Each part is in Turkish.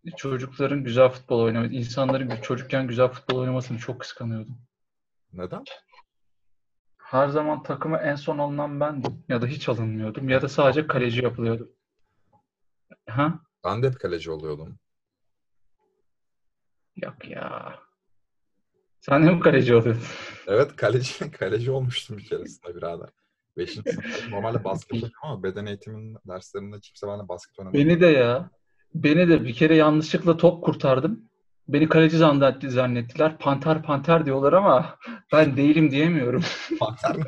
çocukların güzel futbol oynaması, insanların çocukken güzel futbol oynamasını çok kıskanıyordum. Neden? Her zaman takıma en son alınan bendim. Ya da hiç alınmıyordum. Ya da sadece kaleci yapılıyordum. Ha? Ben de hep kaleci oluyordum. Yok ya. Sen de mi kaleci oluyordun? Evet, kaleci olmuştum bir keresinde birader. 5. sınıftayım. Normalde basket oynuyorum ama beden eğitimin derslerinde kimse benimle basket oynamıyor. Beni de ya. Beni de bir kere yanlışlıkla top kurtardım. Beni kaleci zannettiler. Panter panter diyorlar ama ben değilim diyemiyorum. Panter mi?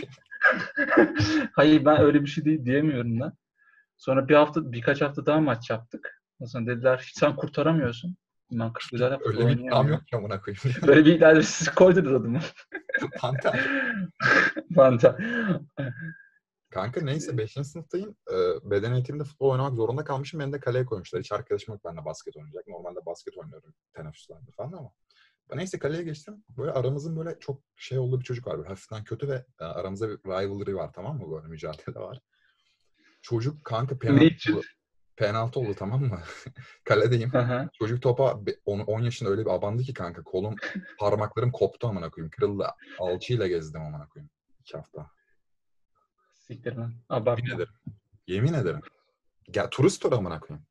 Hayır, ben öyle bir şey değil diyemiyorum ben. Sonra birkaç hafta daha maç yaptık. O zaman dediler hiç sen kurtaramıyorsun. Ben güzel de futbol Öyle bir iddiam oynayamıyorum. yok ki amına koyayım. Böyle bir iddia siz koydunuz adımı. Panter. Panter. Kanka neyse 5. sınıftayım. Beden eğitiminde futbol oynamak zorunda kalmışım. Beni de kaleye koymuşlar. Hiç arkadaşım yok benimle basket oynayacak. Normalde basket oynuyorum teneffüslerde falan ama. Ben neyse kaleye geçtim. Böyle aramızın böyle çok şey olduğu bir çocuk var. Böyle hafiften kötü ve aramızda bir rivalry var, tamam mı? Böyle mücadele var. Çocuk kanka Ne için? penaltı oldu, tamam mı? Kaledeyim. Aha. Çocuk topa 10 yaşında öyle bir abandı ki kanka, kolum parmaklarım koptu amına koyayım. Kırıldı. Alçıyla gezdim amına koyayım. 2 hafta. Siktir lan. Yemin Abartma. ederim. Yemin ederim. Ya turist tur amına koyayım.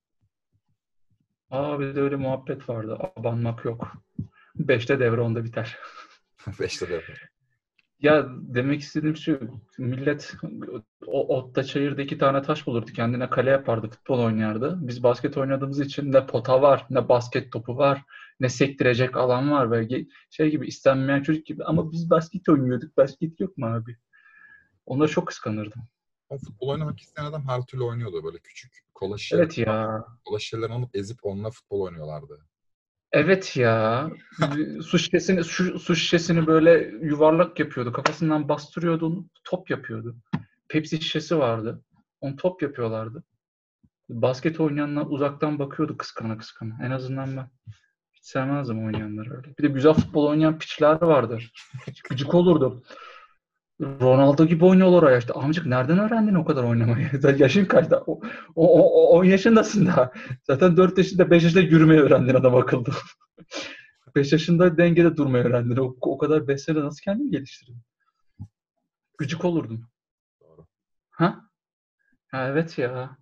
Bir de öyle muhabbet vardı. Abanmak yok. 5'te devre onda biter. 5'te de. Ya demek istediğim şu, millet o otta çayırda 2 tane taş bulurdu. Kendine kale yapardı, futbol oynardı. Biz basket oynadığımız için ne pota var, ne basket topu var, ne sektirecek alan var. Böyle şey gibi, istenmeyen çocuk gibi. Ama biz basket oynuyorduk. Basket yok mu abi? Onları çok kıskanırdım. O futbol oynamak isteyen adam her türlü oynuyordu. Böyle küçük Evet ya. kola şişelerini alıp ezip onunla futbol oynuyorlardı. Evet ya. Su şişesini böyle yuvarlak yapıyordu. Kafasından bastırıyordu, onu top yapıyordu. Pepsi şişesi vardı. Onu top yapıyorlardı. Basket oynayanlar uzaktan bakıyordu kıskana kıskana. En azından ben hiç sevmezdim oynayanları öyle. Bir de güzel futbol oynayan piçler vardı. Gıcık olurdu. Ronaldo gibi oynuyorlar ya işte. Amcık nereden öğrendin o kadar oynamayı? Yaşın kaç da? 10 yaşındasın daha. Zaten 4 yaşında 5 yaşında yürümeyi öğrendin adam akıllı. 5 yaşında dengede durmayı öğrendin. O kadar 5 sene nasıl kendini geliştirdin? Gıcık olurdum. Doğru. Ha? Ha evet ya.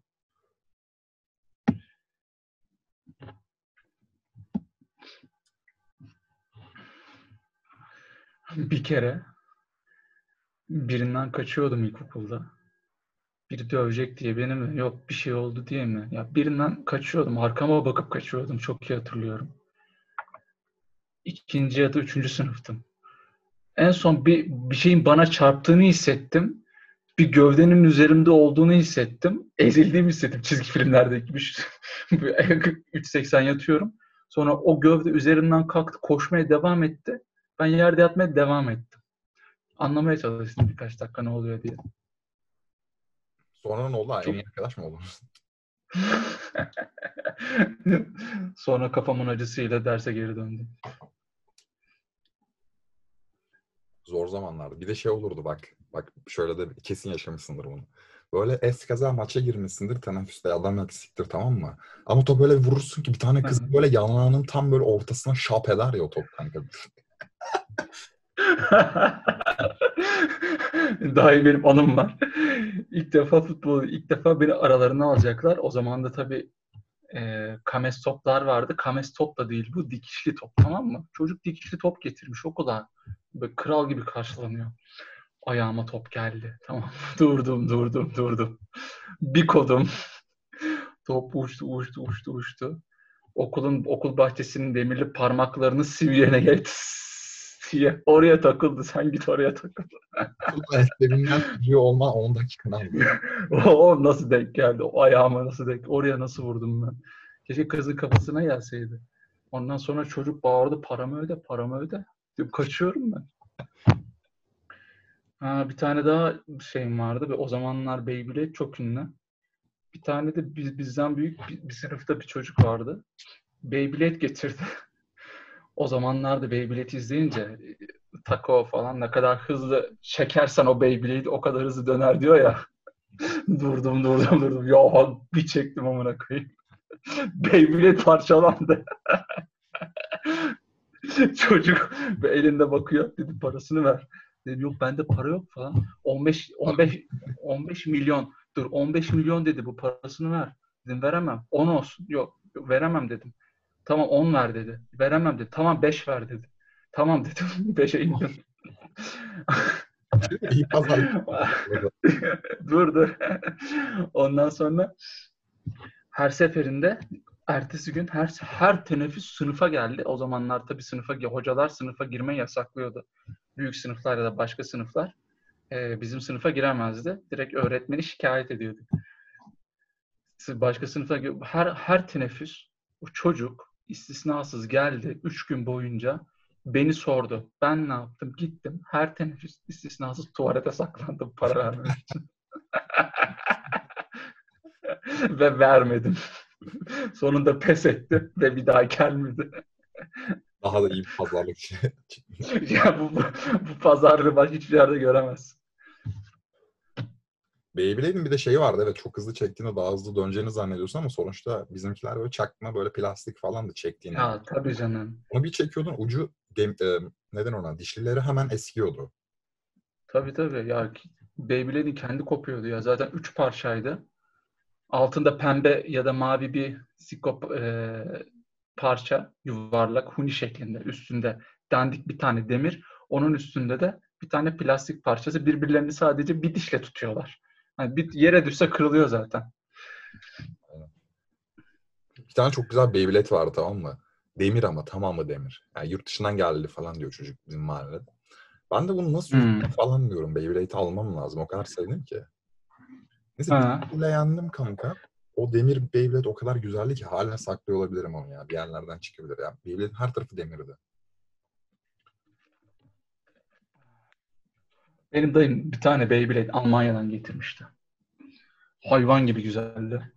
Bir kere birinden kaçıyordum ilkokulda. Biri dövecek diye beni mi? Yok bir şey oldu diye mi? Ya birinden kaçıyordum. Arkama bakıp kaçıyordum. Çok iyi hatırlıyorum. 2. ya da 3. sınıftım. En son bir şeyin bana çarptığını hissettim. Bir gövdenin üzerimde olduğunu hissettim. Ezildiğimi hissettim çizgi filmlerdeki gibi. 3.80 yatıyorum. Sonra o gövde üzerinden kalktı. Koşmaya devam etti. Ben yerde yatmaya devam ettim. Anlamaya çalıştım birkaç dakika ne oluyor diye. Sonra ne oldu? En Çok iyi arkadaş mı oldunuz? Sonra kafamın acısıyla derse geri döndüm. Zor zamanlardı. Bir de şey olurdu bak. Bak şöyle de kesin yaşamışsındır bunu. Böyle eskaza maça girmişsindir. Teneffüste adam eksiktir, tamam mı? Ama top böyle vurursun ki bir tane kız böyle yanağının tam böyle ortasına şap eder ya o top kanka. Daha iyi benim anım var. İlk defa beni aralarına alacaklar. O zaman da tabii kames toplar vardı. Kames top da değil bu, dikişli top, tamam mı? Çocuk dikişli top getirmiş okula. Böyle kral gibi karşılanıyor. Ayağıma top geldi. Tamam. Durdum. Bir kodum. Top uçtu. Okul bahçesinin demirli parmaklarını sivyene geldi diye. Oraya takıldı. Sen git oraya takıl. Futbol evinden sürüyor olman 10 dakikanı aldı. O nasıl denk geldi? O ayağıma nasıl denk? Oraya nasıl vurdum ben? Keşke kızın kafasına gelseydi. Ondan sonra çocuk bağırdı, paramı öde. Diyorum, kaçıyorum ben. Bir tane daha şeyim vardı ve o zamanlar Beyblade çok ünlü. Bir tane de bizden büyük bir sınıfta bir çocuk vardı. Beyblade getirdi. O zamanlarda Beyblade izleyince Taco falan ne kadar hızlı çekersen o Beyblade o kadar hızlı döner diyor ya. Durdum. Ya bir çektim amına koyayım. Beyblade parçalandı. Çocuk elinde bakıyor. Dedi parasını ver. Dedim yok bende para yok falan. 15 milyon. Dur 15 milyon dedi bu parasını ver. Dedim veremem. 10 olsun. Yok veremem dedim. Tamam 10 ver dedi. Veremem dedi. Tamam 5 ver dedi. Tamam dedim. 5'e indim. İyi pazarlık. Dur. Ondan sonra her seferinde ertesi gün her teneffüs sınıfa geldi. O zamanlar tabii hocalar sınıfa girmeyi yasaklıyordu. Büyük sınıflar ya da başka sınıflar bizim sınıfa giremezdi. Direkt öğretmeni şikayet ediyordu. Başka sınıfa her teneffüs o çocuk istisnasız geldi 3 gün boyunca beni sordu. Ben ne yaptım? Gittim. Her teneffüs istisnasız tuvalete saklandım para vermemek için. Ve vermedim. Sonunda pes etti ve bir daha gelmedi. Daha da iyi bir pazarlık. Ya bu pazarlığı başka hiçbir yerde göremezsin. Beyblade'in bir de şeyi vardı. Evet çok hızlı çektiğinde daha hızlı döneceğini zannediyorsun ama sonuçta bizimkiler böyle çakma böyle plastik falan da çektiğini. Ya tabii canım. Onu bir çekiyordun ucu neden ona dişlileri hemen eskiyordu. Tabii. Ya Beyblade'in kendi kopuyordu ya. Zaten 3 parçaydı. Altında pembe ya da mavi bir parça yuvarlak huni şeklinde. Üstünde dandik bir tane demir. Onun üstünde de bir tane plastik parçası. Birbirlerini sadece bir dişle tutuyorlar. Yani bir yere düşse kırılıyor zaten. Bir tane çok güzel Beyblade vardı tamam mı? Demir ama tamamı demir. Yani yurt dışından geldi falan diyor çocuk bizim mahallede. Ben de bunu nasıl yuttum falan diyorum. Beyblade'i almam lazım. O kadar sevdim ki. Neyse bir bile yendim kanka. O demir Beyblade o kadar güzeldi ki hala saklıyor olabilirim onu ya. Bir yerlerden çıkabilir ya. Beyblade'in her tarafı demirdi. Benim dayım bir tane Beyblade Almanya'dan getirmişti. Hayvan gibi güzeldi.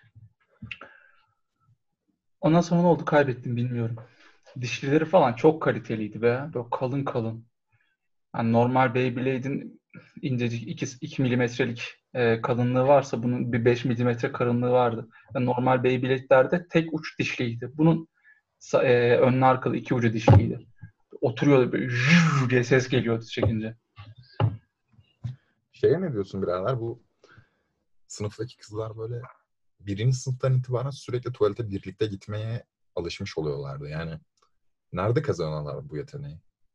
Ondan sonra ne oldu kaybettim bilmiyorum. Dişlileri falan çok kaliteliydi be. Böyle kalın kalın. Yani normal Beyblade'in incecik 2 milimetrelik kalınlığı varsa bunun bir 5 milimetre kalınlığı vardı. Yani normal Beyblade'lerde tek uç dişliydi. Bunun önlü arkalı 2 ucu dişliydi. Oturuyordu böyle diye ses geliyordu çekince. Şeye ne diyorsun birader? Bu sınıftaki kızlar böyle birinci sınıftan itibaren sürekli tuvalete birlikte gitmeye alışmış oluyorlardı. Yani nerede kazanıyorlar bu yeteneği?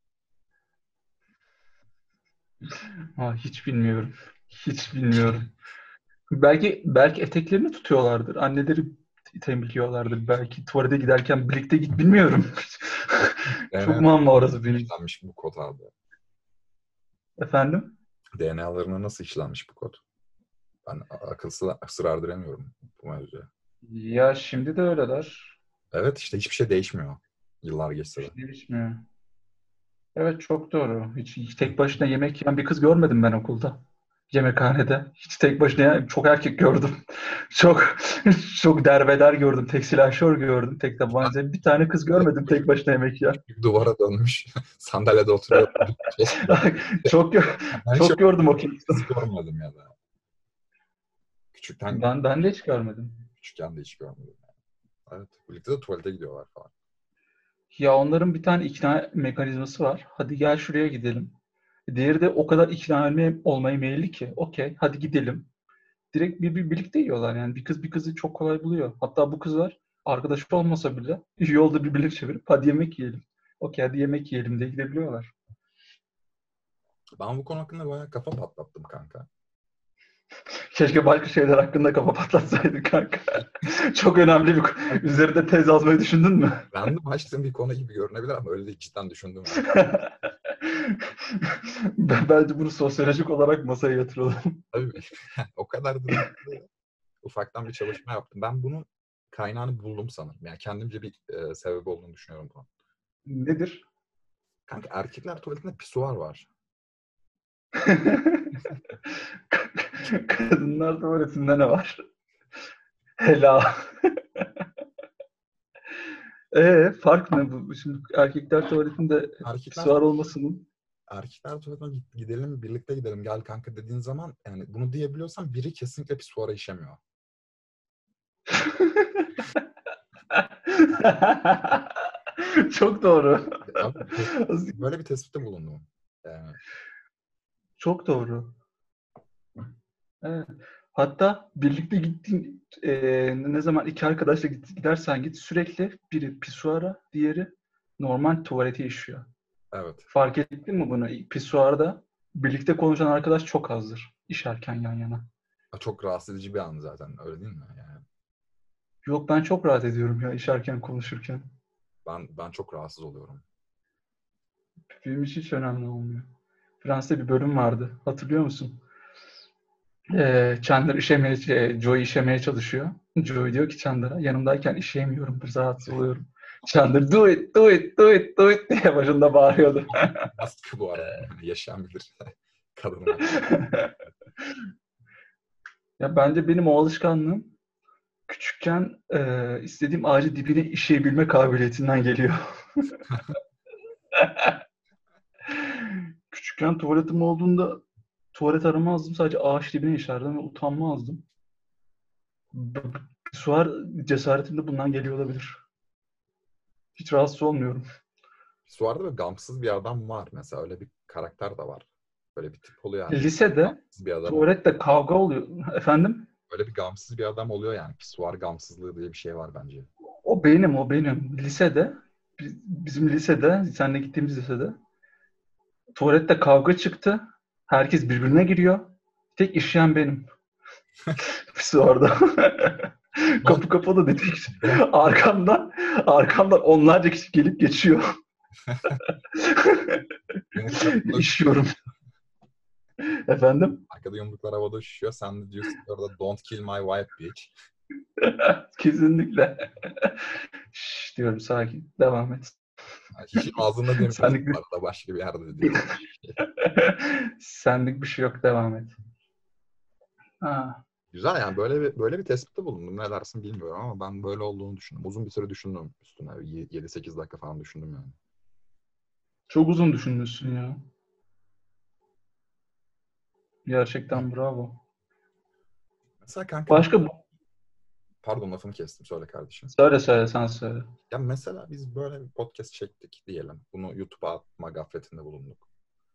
Hiç bilmiyorum. Hiç bilmiyorum. Belki eteklerini tutuyorlardır. Anneleri tembihliyorlardır. Belki tuvalete giderken birlikte git bilmiyorum. Çok muamma orası benim. İşlenmiş bu kod abi. Efendim? DNA'larına nasıl işlenmiş bu kod? Ben sır erdiremiyorum bu mevzuya. Ya şimdi de öyleler. Evet işte hiçbir şey değişmiyor. Yıllar geçse de. Hiç değişmiyor. Evet çok doğru. Hiç tek başına yemek yiyen bir kız görmedim ben okulda. Yemekhanede. Hiç tek başına çok erkek gördüm. Çok çok derbeder gördüm. Tek silahşor gördüm. Tek tabanca. Bir tane kız görmedim tek başına yemek yiyen. Duvara dönmüş. Sandalyede oturuyor. Çok Ben hiç çok gördüm o kızı. görmedim ya da. Küçükten Ben de hiç görmedim. küçükken de hiç görmedim. Evet. Birlikte de tuvalete gidiyorlar falan. Ya onların bir tane ikna mekanizması var. Hadi gel şuraya gidelim. Diğeri de o kadar ikna olmaya meyilli ki. Okey, hadi gidelim. Direkt birlikte yiyorlar yani. Bir kız bir kızı çok kolay buluyor. Hatta bu kızlar arkadaşı olmasa bile yolda birbirlerini çevirip hadi yemek yiyelim. Okey hadi yemek yiyelim diye gidebiliyorlar. Ben bu konu hakkında bayağı kafa patlattım kanka. Keşke başka şeyler hakkında kafa patlatsaydık kanka. Çok önemli bir üzerinde tez yazmayı düşündün mü? Random açtığım bir konu gibi görünebilir ama öyle değil. Cidden düşündüm. Bence bunu sosyolojik olarak masaya yatıralım. Tabii. O kadar da ufaktan bir çalışma yaptım. Ben bunun kaynağını buldum sanırım. Yani kendimce bir sebebi olduğunu düşünüyorum bunun. Nedir? Kanka erkekler tuvaletinde pisuar var. Kadınlar tuvaletinde ne var? Hela. Fark ne bu? Şimdi erkekler tuvaletinde Erkekler pisuar olmasının erkekler tuvaletine gidelim, birlikte gidelim, gel kanka dediğin zaman yani bunu diyebiliyorsan biri kesinlikle pisuara işemiyor. Çok doğru. Abi, böyle bir tespitte bulundum. Yani, Çok doğru. Evet. Hatta birlikte gittiğin ne zaman iki arkadaşla gidersen git sürekli biri pisuara, diğeri normal tuvalete işiyor. evet. Fark ettin mi bunu? Pisuarda birlikte konuşan arkadaş çok azdır işerken yan yana. Çok rahatsız edici bir an zaten. Öyle değil mi? Yani Yok ben çok rahat ediyorum ya işerken konuşurken. ben çok rahatsız oluyorum. Benim için hiç önemli olmuyor. Fransa'da bir bölüm vardı. Hatırlıyor musun? Chandler Joey işemeye çalışıyor. Joey diyor ki Chandler'a yanımdayken işeyemiyorum, rahatsız oluyorum. Chandler do it, do it, do it, do it diye başında bağırıyordu. Baskı bu arada. Yani yaşayan bilir. Kadınlar. Ya bence benim o alışkanlığım küçükken istediğim ağacı dibine işeyebilme kabiliyetinden geliyor. Küçükken tuvaletim olduğunda tuvalet aramazdım. Sadece ağaç dibine işerdim ve utanmazdım. Pisuar cesaretim de bundan geliyor olabilir. Hiç rahatsız olmuyorum. Suarda böyle gamsız bir adam var mesela. Öyle bir karakter de var. Böyle bir tip oluyor yani. Lisede Gamsız bir adam oluyor. tuvalette kavga oluyor. Efendim? Böyle bir gamsız bir adam oluyor yani. Pisuar gamsızlığı diye bir şey var bence. O benim. Lisede, bizim lisede, seninle gittiğimiz lisede tuvalette kavga çıktı. Herkes birbirine giriyor. Tek işeyen benim. Pisuarda. Kapı kapalı dedik. Arkamdan onlarca kişi gelip geçiyor. Yumruklar İşiyorum. Efendim? arkada yumruklar havada uçuşuyor. Sen de diyorsun ki orada don't kill my wife bitch. Kesinlikle. Şşş diyorum sakin. Devam et. Yani hiç ağzında demiyorsun Senlik bu bir, arada başka bir yerde diyor. senlik bir şey yok. Devam et. Ha. Güzel yani böyle bir tespitte bulundum. Ne dersin bilmiyorum ama ben böyle olduğunu düşündüm. Uzun bir süre düşündüm üstüne. 7-8 dakika falan düşündüm yani. Çok uzun düşünmüşsün ya. Gerçekten bravo. Mesela kanka Başka pardon lafını kestim söyle kardeşim. söyle sen söyle. Ya mesela biz böyle bir podcast çektik diyelim. Bunu YouTube'a atma gafletinde bulunduk.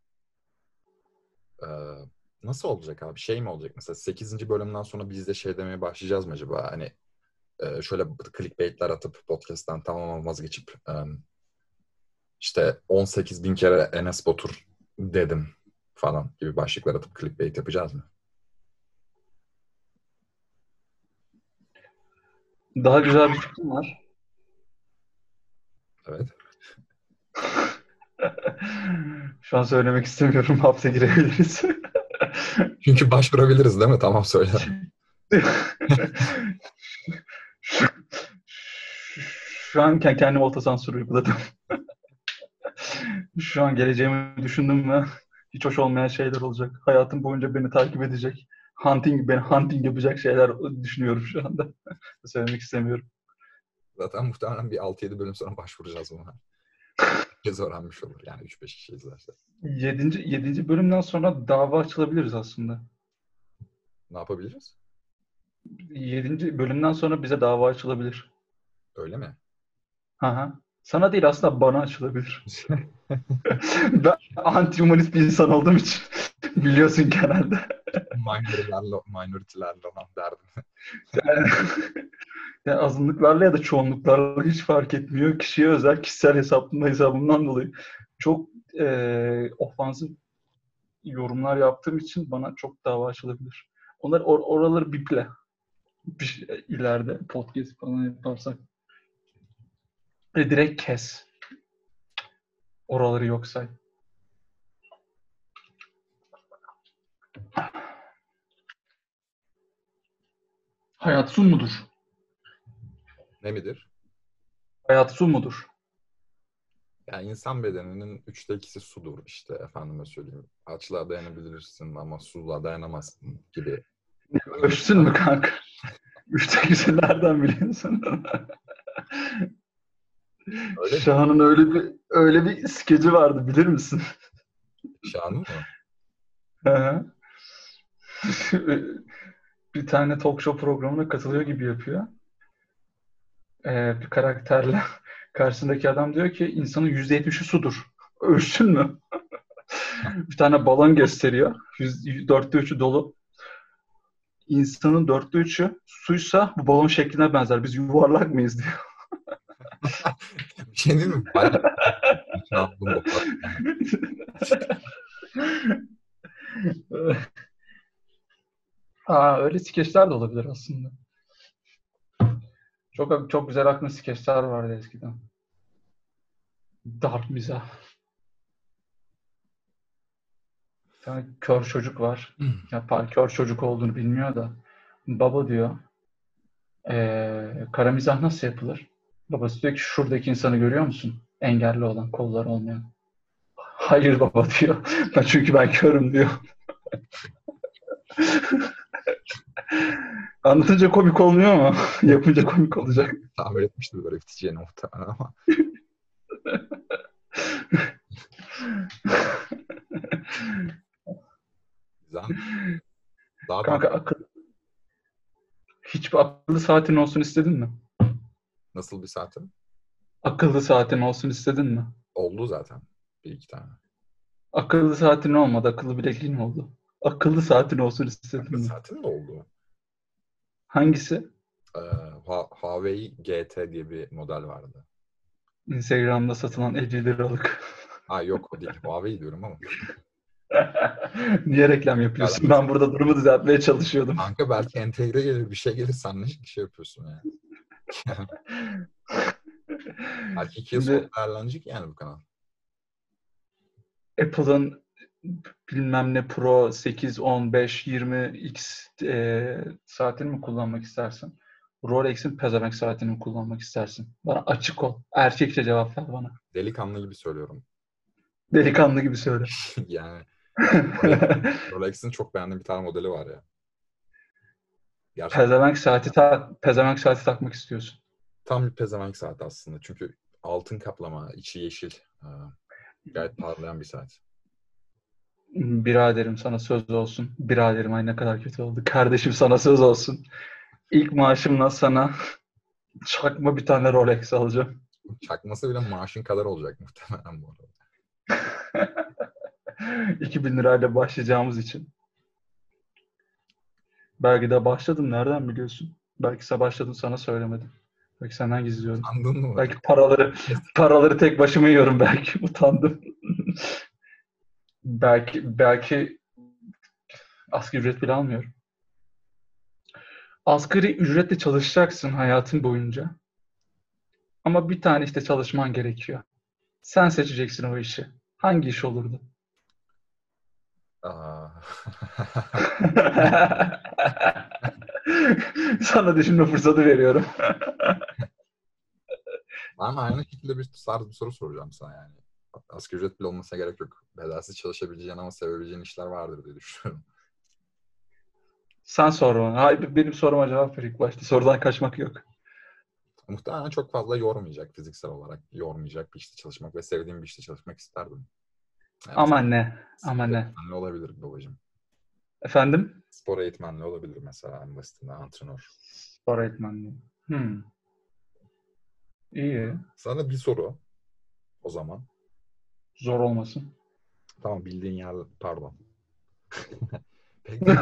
Ee, nasıl olacak abi? Şey mi olacak mesela 8. bölümden sonra biz de şey demeye başlayacağız mı acaba? Hani şöyle clickbaitler atıp podcast'tan tamamen vazgeçip işte 18 bin kere Enes Batur dedim falan gibi başlıklar atıp clickbait yapacağız mı? Daha güzel bir fikrim var. Evet. Şu an söylemek istemiyorum. Hapse girebiliriz. Çünkü başvurabiliriz değil mi? Tamam söyle. şu, şu an kendime otosansür uyguladım. Şu an geleceğimi düşündüm ve hiç hoş olmayan şeyler olacak. Hayatım boyunca beni takip edecek. Beni hunting yapacak şeyler düşünüyorum şu anda. Söylemek istemiyorum. Zaten muhtemelen bir 6-7 bölüm sonra başvuracağız buna. Herkes öğrenmiş olur. Yani 3-5 kişi izlerse. Yedinci bölümden sonra dava açılabiliriz aslında. Ne yapabiliriz? 7. bölümden sonra bize dava açılabilir. Öyle mi? Aha. Sana değil aslında bana açılabilir. Ben anti-humanist bir insan olduğum için biliyorsun genelde. Minority'lerle olan derdim. Yani, yani azınlıklarla ya da çoğunluklarla hiç fark etmiyor. Kişiye özel kişisel hesabımdan dolayı çok ofansif yorumlar yaptığım için bana çok dava açılabilir. Oraları biple. İleride podcast falan yaparsak. Direkt kes. Oraları yok say. Hayat su mudur? Ne midir? Hayat su mudur? Yani insan bedeninin 2/3 sudur işte efendime söyleyeyim. Açlığa dayanabilirsin ama susuzluğa dayanamazsın gibi. Ölçsün mü kanka? Üçte nereden biliyorsun? Öyle mi? Şahan'ın öyle bir skeci vardı bilir misin? Şanlı mı? Bir tane talk show programına katılıyor gibi yapıyor. Bir karakterle karşısındaki adam diyor ki insanın %70'i sudur. Ölsün mü? Bir tane balon gösteriyor. Dörtte üçü dolu. İnsanın dörtte üçü suysa bu balon şekline benzer. Biz yuvarlak mıyız diyor. Bir şey değil mi? Bayağı aldım bu kadar. Öyle skeçler de olabilir aslında. Çok çok güzel aklımda skeçler vardı eskiden. Dark mizah. Bir tane kör çocuk var. Ya, kör çocuk olduğunu bilmiyor da. Baba diyor. Kara mizah nasıl yapılır? Babası diyor ki şuradaki insanı görüyor musun? Engelli olan, kolları olmayan. Hayır baba diyor. Çünkü ben körüm diyor. Anlatınca komik olmuyor ama yapınca komik olacak. Tahmin etmiştim böyle biteceğini muhtemelen ama. Güzel. Daha Kanka hiçbir akıllı saatin olsun istedin mi? nasıl bir saatim? Akıllı saatin olsun istedin mi? Oldu zaten. Bir iki tane. Akıllı saatin olmadı, akıllı bilekliğin oldu. Akıllı saatin olsun istedin Akıllı mi? saatim de oldu. Hangisi? Huawei GT diye bir model vardı. Instagram'da satılan 50 liralık. Yok o değil. Huawei diyorum ama. Niye reklam yapıyorsun? Ben burada durumu düzeltmeye çalışıyordum. Kanka belki entegre gelir, bir şey gelir, sen ne şey yapıyorsun yani. Belki 2 yıl sonra Şimdi değerlenecek yani bu kanal. Apple'ın bilmem ne Pro 8, 15, 20X saatini mi kullanmak istersin? Rolex'in pezevenk saatini mi kullanmak istersin? Bana açık ol. Erkekçe cevap ver bana. Delikanlı gibi söylüyorum. Delikanlı gibi söyle. Yani Rolex'in çok beğendiğim bir tane modeli var ya. Gerçekten Pezevenk saati takmak istiyorsun. tam bir pezevenk saat aslında. Çünkü altın kaplama, içi yeşil. Gayet parlayan bir saat. Biraderim sana söz olsun. Biraderim ay ne kadar kötü oldu. Kardeşim sana söz olsun. İlk maaşımla sana çakma bir tane Rolex alacağım. Çakması bile maaşın kadar olacak muhtemelen bu arada. 2000 lirayla başlayacağımız için. Belki de başladım. Nereden biliyorsun? Belki sen başladın sana söylemedim. Belki senden gizliyorum. Anladın mı? Belki paraları tek başıma yiyorum belki. Utandım. belki asgari ücret bile almıyorum. Asgari ücretle çalışacaksın hayatın boyunca. Ama bir tane işte çalışman gerekiyor. Sen seçeceksin o işi. Hangi iş olurdu? Sana düşünme fırsatı veriyorum. Ben aynı şekilde bir soru soracağım sana yani. Asgari ücret bile olmasına gerek yok. Bedelsiz çalışabileceğin ama sevebileceğin işler vardır diye düşünüyorum. Sen sor bana. Hayır, benim soruma cevap ver ilk başta. Sorudan kaçmak yok. Muhtemelen çok fazla yormayacak, fiziksel olarak yormayacak bir işte çalışmak ve sevdiğim bir işte çalışmak isterdim. Yani Ama ne? Ama spor ne? eğitmenliği olabilir babacığım. Efendim? Spor eğitmenliği olabilir mesela en basitinden antrenör. Spor eğitmenliği. İyi. Sana bir soru o zaman. Zor olmasın. Tamam bildiğin yer pardon. Peki.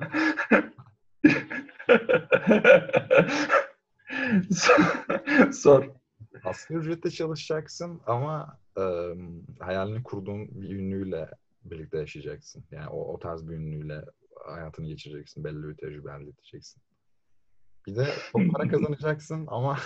Sor. Asgari ücretle çalışacaksın ama hayalini kurduğun bir ünlüyle birlikte yaşayacaksın. Yani o tarz bir ünlüyle hayatını geçireceksin. Belli bir tecrübe elde edeceksin. Bir de çok para kazanacaksın ama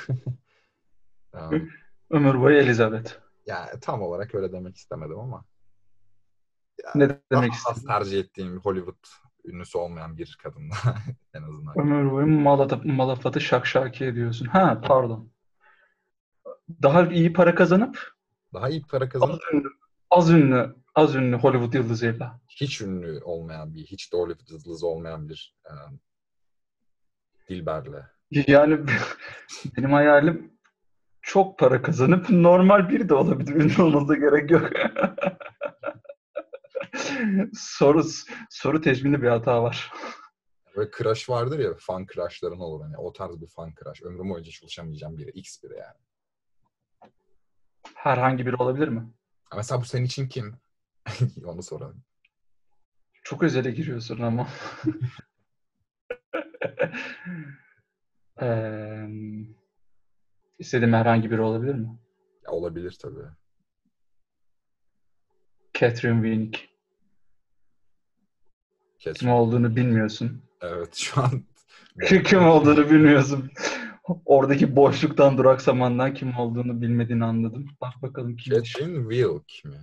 Ömür boyu Elizabeth. yani tam olarak öyle demek istemedim ama Ne daha demek az istedin? tercih ettiğim bir Hollywood ünlüsü olmayan bir kadınla en azından. Ömür boyu malafatı şakşaki ediyorsun. Ha pardon. Daha iyi para kazanıp Daha iyi para az kazanıp ünlü, az ünlü Hollywood yıldızıyla. hiç ünlü olmayan bir, hiç de Hollywood yıldızı olmayan bir Dilber'le. Yani benim hayalim çok para kazanıp normal biri de olabilir. Ünlü olmasına gerek yok. soru tecminde bir hata var. Böyle crush vardır ya, fan crush'ların olur hani. O tarz bir fan crush. Ömrüm boyunca hiç ulaşamayacağım biri. X biri yani. Herhangi biri olabilir mi? Mesela bu senin için kim? Onu soralım. Çok özele giriyorsun ama. Eee istediğim herhangi biri olabilir mi? Ya, olabilir tabii. Catherine Winnick. Kim Catherine. olduğunu bilmiyorsun. Evet, şu an Kim olduğunu bilmiyorsun. Oradaki boşluktan, duraksamandan kim olduğunu bilmediğini anladım. Bak bakalım kimmiş. Catherine Wilk mi?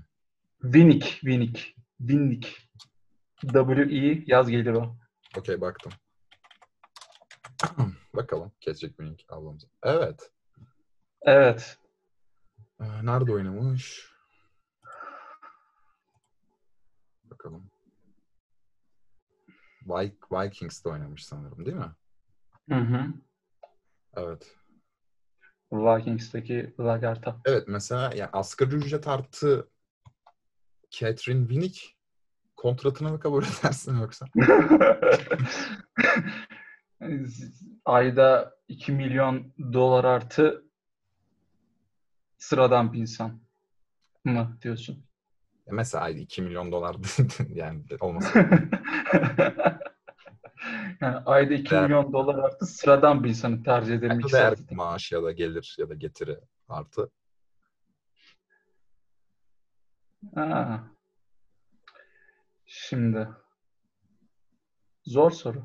Winnick. W-I yaz gelir o. Okey, baktım. Bakalım Catherine Wilk ablamıza. Evet. Evet. Nerede oynamış? Bakalım. Vikings'te oynamış sanırım, değil mi? Hı hı. Evet. Vikings'teki Lagertha. Evet, mesela yani asgari ücret artı Catherine Winnick kontratını mı kabul edersin yoksa? Ayda 2 milyon dolar artı sıradan bir insan mı diyorsun? Mesela ayda 2 milyon dolar yani olması Yani ayda 2 değer, milyon dolar artı sıradan bir insanı tercih ederim ayda ikisi değer arasında. maaş ya da gelir ya da getiri artı. Ha, şimdi zor soru.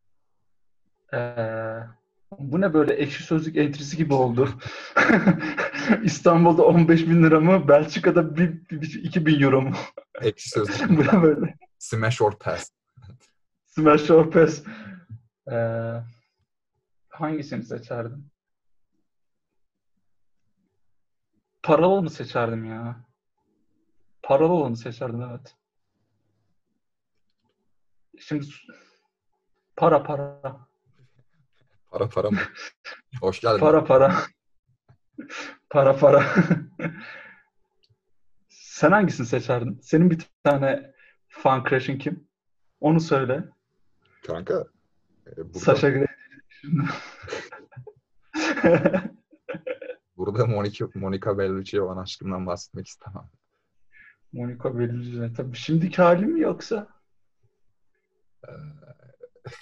Ee, bu ne böyle ekşi sözlük entrisi gibi oldu. İstanbul'da 15 bin lira mı? Belçika'da 2 bin euro mu? Ekşi sözlük Bu ne böyle? smash or pass. Smash or pass. Ee, hangisini seçerdim? Paralı olanı seçerdim ya. Paralı olanı seçerdim, evet. Şimdi para. Para mı? Hoş geldin abi. Para. Para. Sen hangisini seçerdin? Senin bir tane fan crush'ın kim? Onu söyle. Kanka burada Sasha Grey. Monica Bellucci'ye olan aşkımdan bahsetmek istemem. Monica Bellucci. Tabii şimdiki hali mi yoksa? Ee,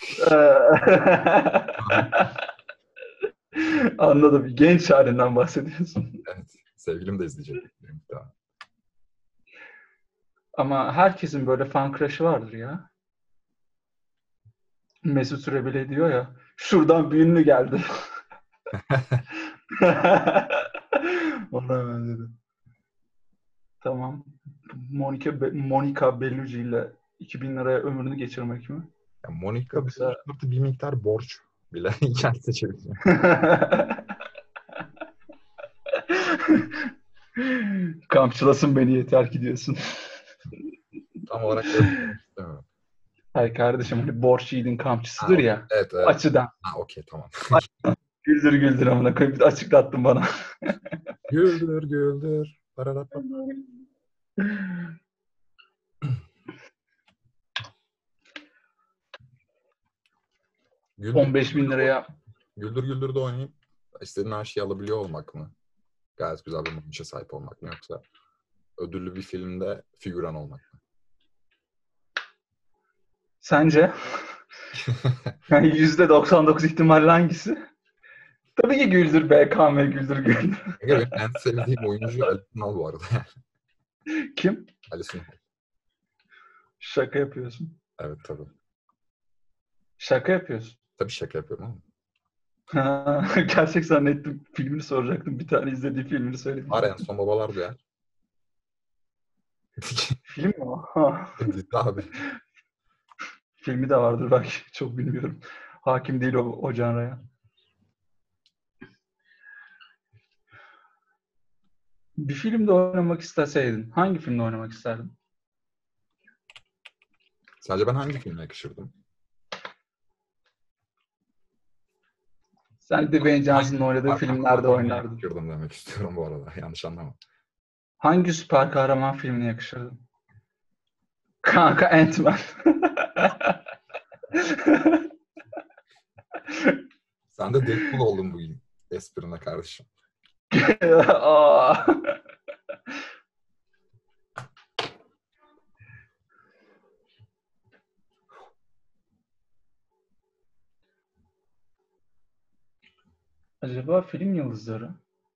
Anladım. Genç halinden bahsediyorsun. evet. Sevgilim de izleyecek. Muhtemelen. Ama herkesin böyle fan crush'ı vardır ya. Mesut Süre bile diyor ya. Şuradan bir ünlü geldi. Ona benzedim. Tamam. Monica Bellucci ile 2000 liraya ömrünü geçirmek mi? Ya Monica Yoksa Bellucci artı bir miktar borç bile iken seçebileceğim. kamçılasın beni yeter ki diyorsun. Tam olarak öyle demek istemiyorum. Hayır kardeşim, hani borç yiğidin Ha, kamçısıdır ya. evet, O evet. açıdan. Ha, okey, tamam. Güldür amına koyayım. Bir de açıklattın bana. Güldür. Pararapa. Güldür 15 bin liraya güldür de oynayıp istediğin her şeyi alabiliyor olmak mı? Gayet güzel bir maça sahip olmak mı, yoksa ödüllü bir filmde figüran olmak mı? sence? Yani %99 ihtimalle hangisi? Tabii ki Güldür BKM Güldür. Benim en sevdiğim oyuncu Ali Sunal bu arada. Kim? Ali Sunal. Şaka yapıyorsun. Evet, tabii. Şaka yapıyorsun. Tabii şaka yapıyorum ama. Ha, gerçek zannettim. Filmini soracaktım. Bir tane izlediği filmini söyledim. Var, en son Babalar Duyar. Film mi o? Ha. Dizi abi. Filmi de vardır belki. Çok bilmiyorum. Hakim değil o janraya. Bir filmde oynamak isteseydin, hangi filmde oynamak isterdin? Sadece ben hangi filme yakışırdım? Sen de Dwayne Johnson'ın oynadığı Süper filmlerde kahraman filmine oynardın. yakışırdım demek istiyorum bu arada. Yanlış anlama. Hangi süper kahraman filmine yakışırdın? Kanka Ant-Man. Sen de Deadpool oldun bu esprine kardeşim. Aa. Acaba film yıldızları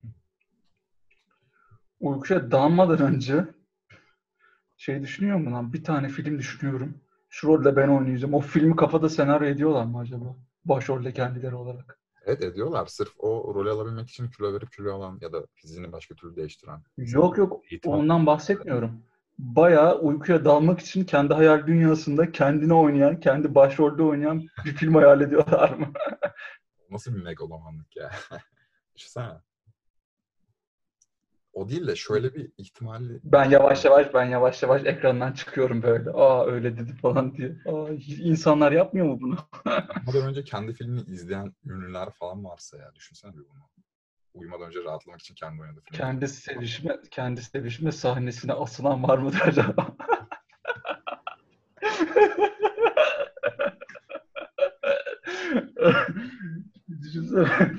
uykuya dalmadan önce şey düşünüyor mu lan? Bir tane film düşünüyorum. Şu rolde ben oynayacağım. O filmi kafada senaryo ediyorlar mı acaba? Başrolde kendileri olarak. Evet ediyorlar. Sırf o rolü alabilmek için kilo verip kilo alan ya da fiziğini başka türlü değiştiren Yok insanlar. yok, Eğitim alan. ondan bahsetmiyorum. Bayağı uykuya dalmak için kendi hayal dünyasında kendini oynayan, kendi başrolde oynayan bir film hayal ediyorlar mı? Nasıl bir megalomanlık ya. Düşünsene. O değil de şöyle bir ihtimali Ben yavaş yavaş ekrandan çıkıyorum böyle. Aa öyle dedi falan diye. Aa insanlar yapmıyor mu bunu? uyumadan önce kendi filmini izleyen ünlüler falan varsa ya düşünsene bir bunu. Uyumadan önce rahatlamak için kendi oynadığı filmi. Kendi sevişme sahnesine asılan var mıdır acaba? Düşünsene.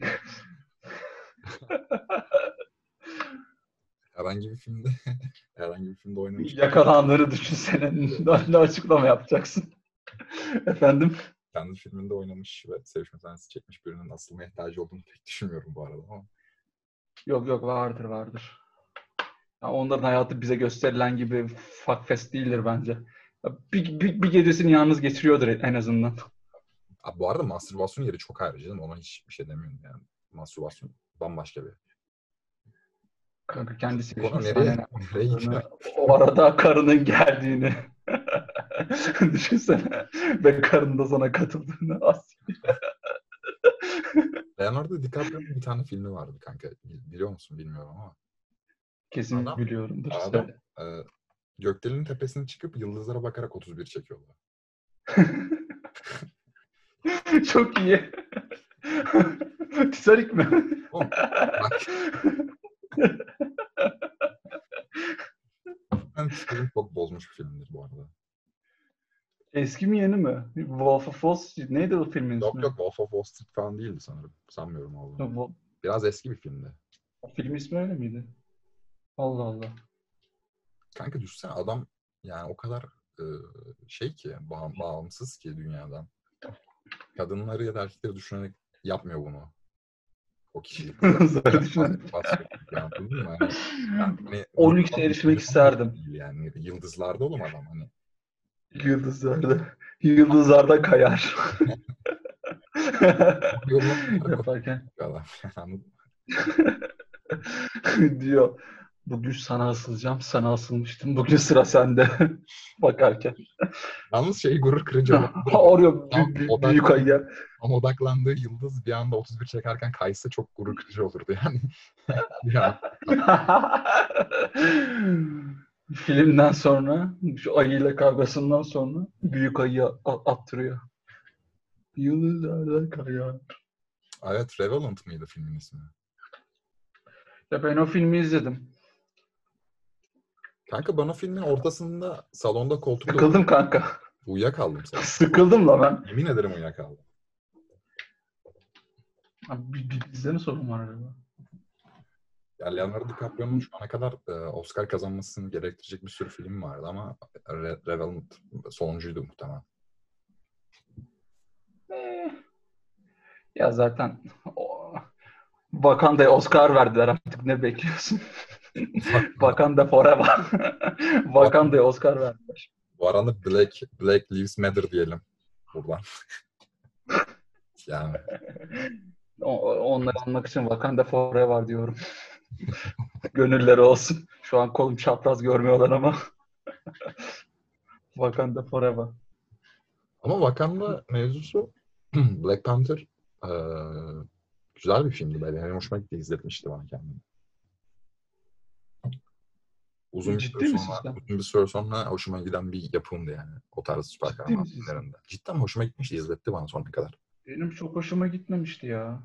Herhangi bir filmde herhangi bir filmde oynamış. Yakalananları düşünsene. Ne açıklama yapacaksın? Efendim? Kendi filminde oynamış ve sevişme sahnesi çekmiş birinin asılma ihtiyacı olduğunu pek düşünmüyorum bu arada ama. Yok yok, vardır. Ya onların hayatı bize gösterilen gibi fuckfest değildir bence. Ya bir gecesini yalnız geçiriyordur en azından. Abi bu arada mastürbasyon yeri çok ayrı canım. Ona hiçbir şey demiyorum yani. Mastürbasyon bambaşka bir. Kanka kendi Konu sevişme nereye sahnene nereye gidiyor? atıldığını, o arada karının geldiğini düşünsene. Ve karının da sana katıldığını. Leonardo DiCaprio'nun bir tane filmi vardı kanka. Biliyor musun bilmiyorum ama. Kesin Adam, biliyorumdur. adam Söyle. gökdelenin tepesine çıkıp yıldızlara bakarak 31 çekiyordu. Çok iyi. Titanic mi? Oğlum bak ben psikolojimi çok bozmuş bir filmdir bu arada. Eski mi yeni mi? Wolf of Wall Street. Neydi o filmin Yok ismi? yok Wolf of Wall Street falan değildi sanırım. Sanmıyorum olduğunu. Biraz eski bir filmdi. O film ismi öyle miydi? Allah Allah. Kanka düşünsene adam yani o kadar e, şey ki bağımsız ki dünyadan. Kadınları ya da erkekleri düşünerek yapmıyor bunu. O kişilik olarak. Zor düşünün. Basıyor gibi anladın mı? Hani O milyon, lükse erişmek milyon bile isterdim. değil yani. Yıldızlarda oğlum adam hani. Yıldızlarda. Yıldızlarda kayar. O yoluna bakarak Yaparken adam. Anladın mı? diyor. Bugün sana asılacağım. Sana asılmıştım. Bugün sıra sende. Bakarken. Yalnız şey gurur kırıcı olabilir bu. Arıyor Tam büyük ayı. tam odaklandığı yıldız bir anda 31 çekerken kaysa çok gurur kırıcı olurdu yani. Ya, Filmden sonra, şu ayıyla kavgasından sonra büyük ayı attırıyor. Yıldızlarda kayar. evet Revenant mıydı filmin ismi? Ya ben o filmi izledim. Kanka ben o filmin ortasında salonda koltukta Sıkıldım kanka. uyuyakaldım salonda. Sıkıldım la ben. Yemin ederim uyuyakaldım. Abi, bizde mi sorun var acaba? Ya Leonardo DiCaprio'nun şu ana kadar Oscar kazanmasını gerektirecek bir sürü film vardı ama Revenant sonuncuydu muhtemelen. Eh, Ya zaten Wakanda'ya Oscar verdiler, artık ne bekliyorsun? Wakanda Forever. Wakanda'ya Oscar verdiler. Bu arada Black Lives Matter diyelim buradan. Yani Onları anmak için Wakanda Forever diyorum. Gönülleri olsun. Şu an kolum çapraz görmüyorlar ama. Wakanda Forever. ama Wakanda mevzusu Black Panther e, güzel bir filmdi. Benim hoşuma gitti. İzletmişti bana kendini. Ciddi misin sen? Uzun bir süre sonra hoşuma giden bir yapımdı yani. O tarz süper Ciddi kahraman misin sen? filmlerinde. Cidden hoşuma gitmişti. İzletti bana sonuna kadar. Benim çok hoşuma gitmemişti ya.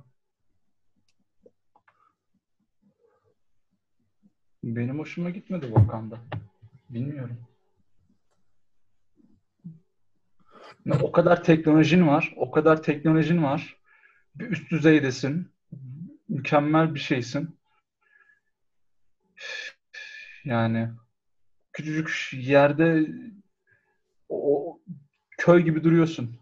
Benim hoşuma gitmedi Wakanda. Bilmiyorum. O kadar teknolojin var. O kadar teknolojin var. Bir üst düzeydesin. Mükemmel bir şeysin. Yani küçücük yerde o köy gibi duruyorsun.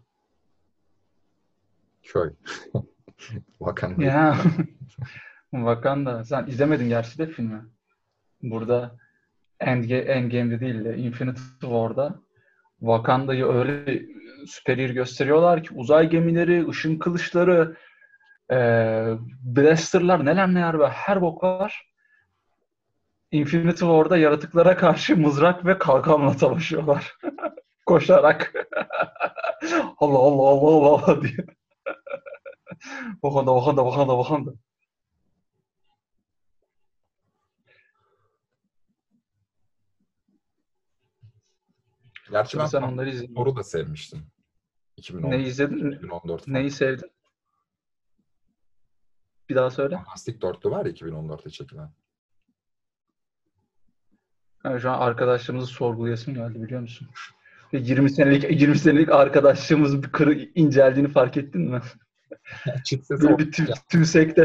Köy. Wakanda'yı. Ya Wakanda. Sen izlemedin gerçi de filmi. Burada Endgame'de değil de Infinity War'da Wakanda'yı öyle süperior gösteriyorlar ki uzay gemileri, ışın kılıçları, blasterlar neler neler var. Her bok var. Infinity War'da yaratıklara karşı mızrak ve kalkanla savaşıyorlar. Koşarak. Allah Allah Allah Allah Allah diye. Wakanda Wakanda Wakanda Wakanda. Gerçi Tabii ben sen onları izledin. Thor'u da sevmiştim. Ne 2014, izledin? 2014 falan. Neyi sevdin? Bir daha söyle. Fantastic Dörtlü var ya 2014'te çekilen. Yani şu an arkadaşlarımızı sorgulayasım geldi biliyor musun? Ve 20 senelik arkadaşlığımızın bir inceldiğini fark ettin mi? Çıt sesi Böyle bir tümsekte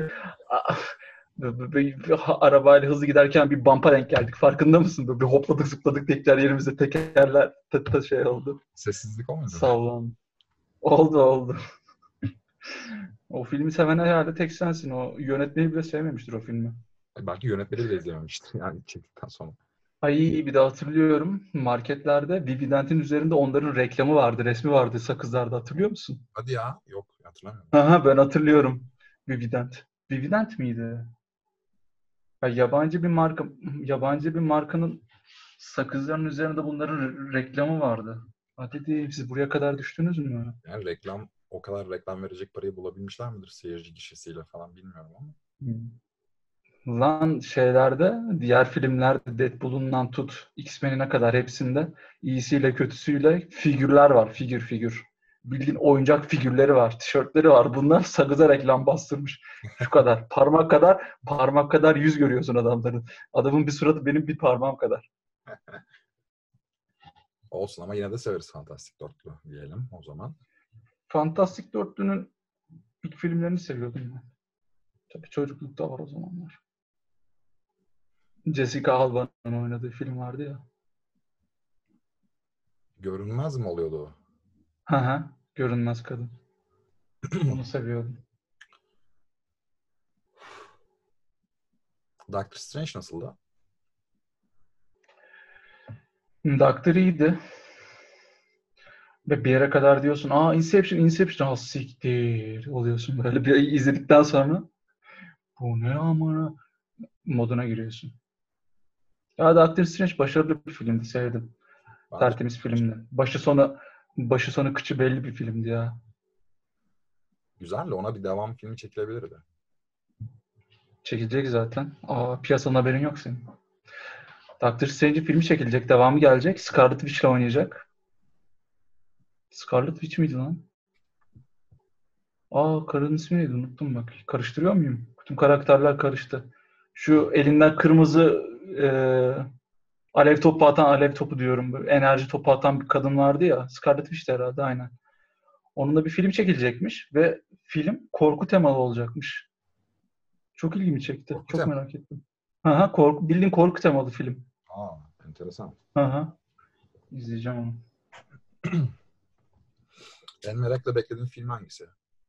arabayla hızlı giderken bir bumpa denk geldik. Farkında mısın? Böyle bir hopladık zıpladık tekrar yerimize tekerler şey oldu. sessizlik olmadı. Sallandı. Oldu. O filmi seven herhalde tek sensin. O yönetmeni bile sevmemiştir o filmi. Belki yönetmeni bile izlememiştir yani çektikten sonra. Ay bir de hatırlıyorum marketlerde Vivident'in üzerinde onların reklamı vardı, resmi vardı sakızlarda hatırlıyor musun? Hadi ya. Yok hatırlamıyorum. Aha ben hatırlıyorum. Vivident. Vivident miydi? Ya yabancı bir markanın sakızların üzerinde bunların reklamı vardı. Hadi diyeyim siz buraya kadar düştünüz mü? Yani o kadar reklam verecek parayı bulabilmişler midir seyirci gişesiyle falan bilmiyorum ama. Lan şeylerde, diğer filmlerde Deadpool'undan tut, X-Men'ine kadar hepsinde iyisiyle kötüsüyle figürler var. Figür. Bildiğin oyuncak figürleri var, tişörtleri var. Bunlar sakıza reklam bastırmış. Şu kadar. Parmak kadar yüz görüyorsun adamların. Adamın bir suratı benim bir parmağım kadar. Olsun ama yine de severiz Fantastic Dörtlü diyelim o zaman. Fantastic Dörtlü'nün ilk filmlerini seviyordum ben. Tabii çocuklukta var o zamanlar. Jessica Alba'nın oynadığı film vardı ya. Görünmez mi oluyordu o? Hı. Görünmez kadın. Onu seviyordum. Doctor Strange nasıldı? Doctor iyiydi. Ve bir yere kadar diyorsun, Inception, siktir oluyorsun böyle bir izledikten sonra bu ne amına moduna giriyorsun. Ya Doctor Strange başarılı bir filmdi, sevdim. Ben de Tertemiz filmdi. Başı sonu kıçı belli bir filmdi ya. güzel de ona bir devam filmi çekilebilirdi. Çekilecek zaten. Piyasanın haberin yok senin. Doctor Strange filmi çekilecek, devamı gelecek. Scarlet Witch'le oynayacak. Scarlet Witch miydi lan? Karının ismi neydi? Unuttum bak. Karıştırıyor muyum? Bütün karakterler karıştı. Şu elinden kırmızı alev topu diyorum. Böyle enerji topu atan bir kadın vardı ya. Scarlet Witch'ti herhalde aynen. Onunla bir film çekilecekmiş ve film korku temalı olacakmış. Çok ilgimi çekti. Korku Çok tema. merak ettim. Bildiğin korku temalı film. Enteresan. İzleyeceğim onu. En merakla beklediğin film hangisi?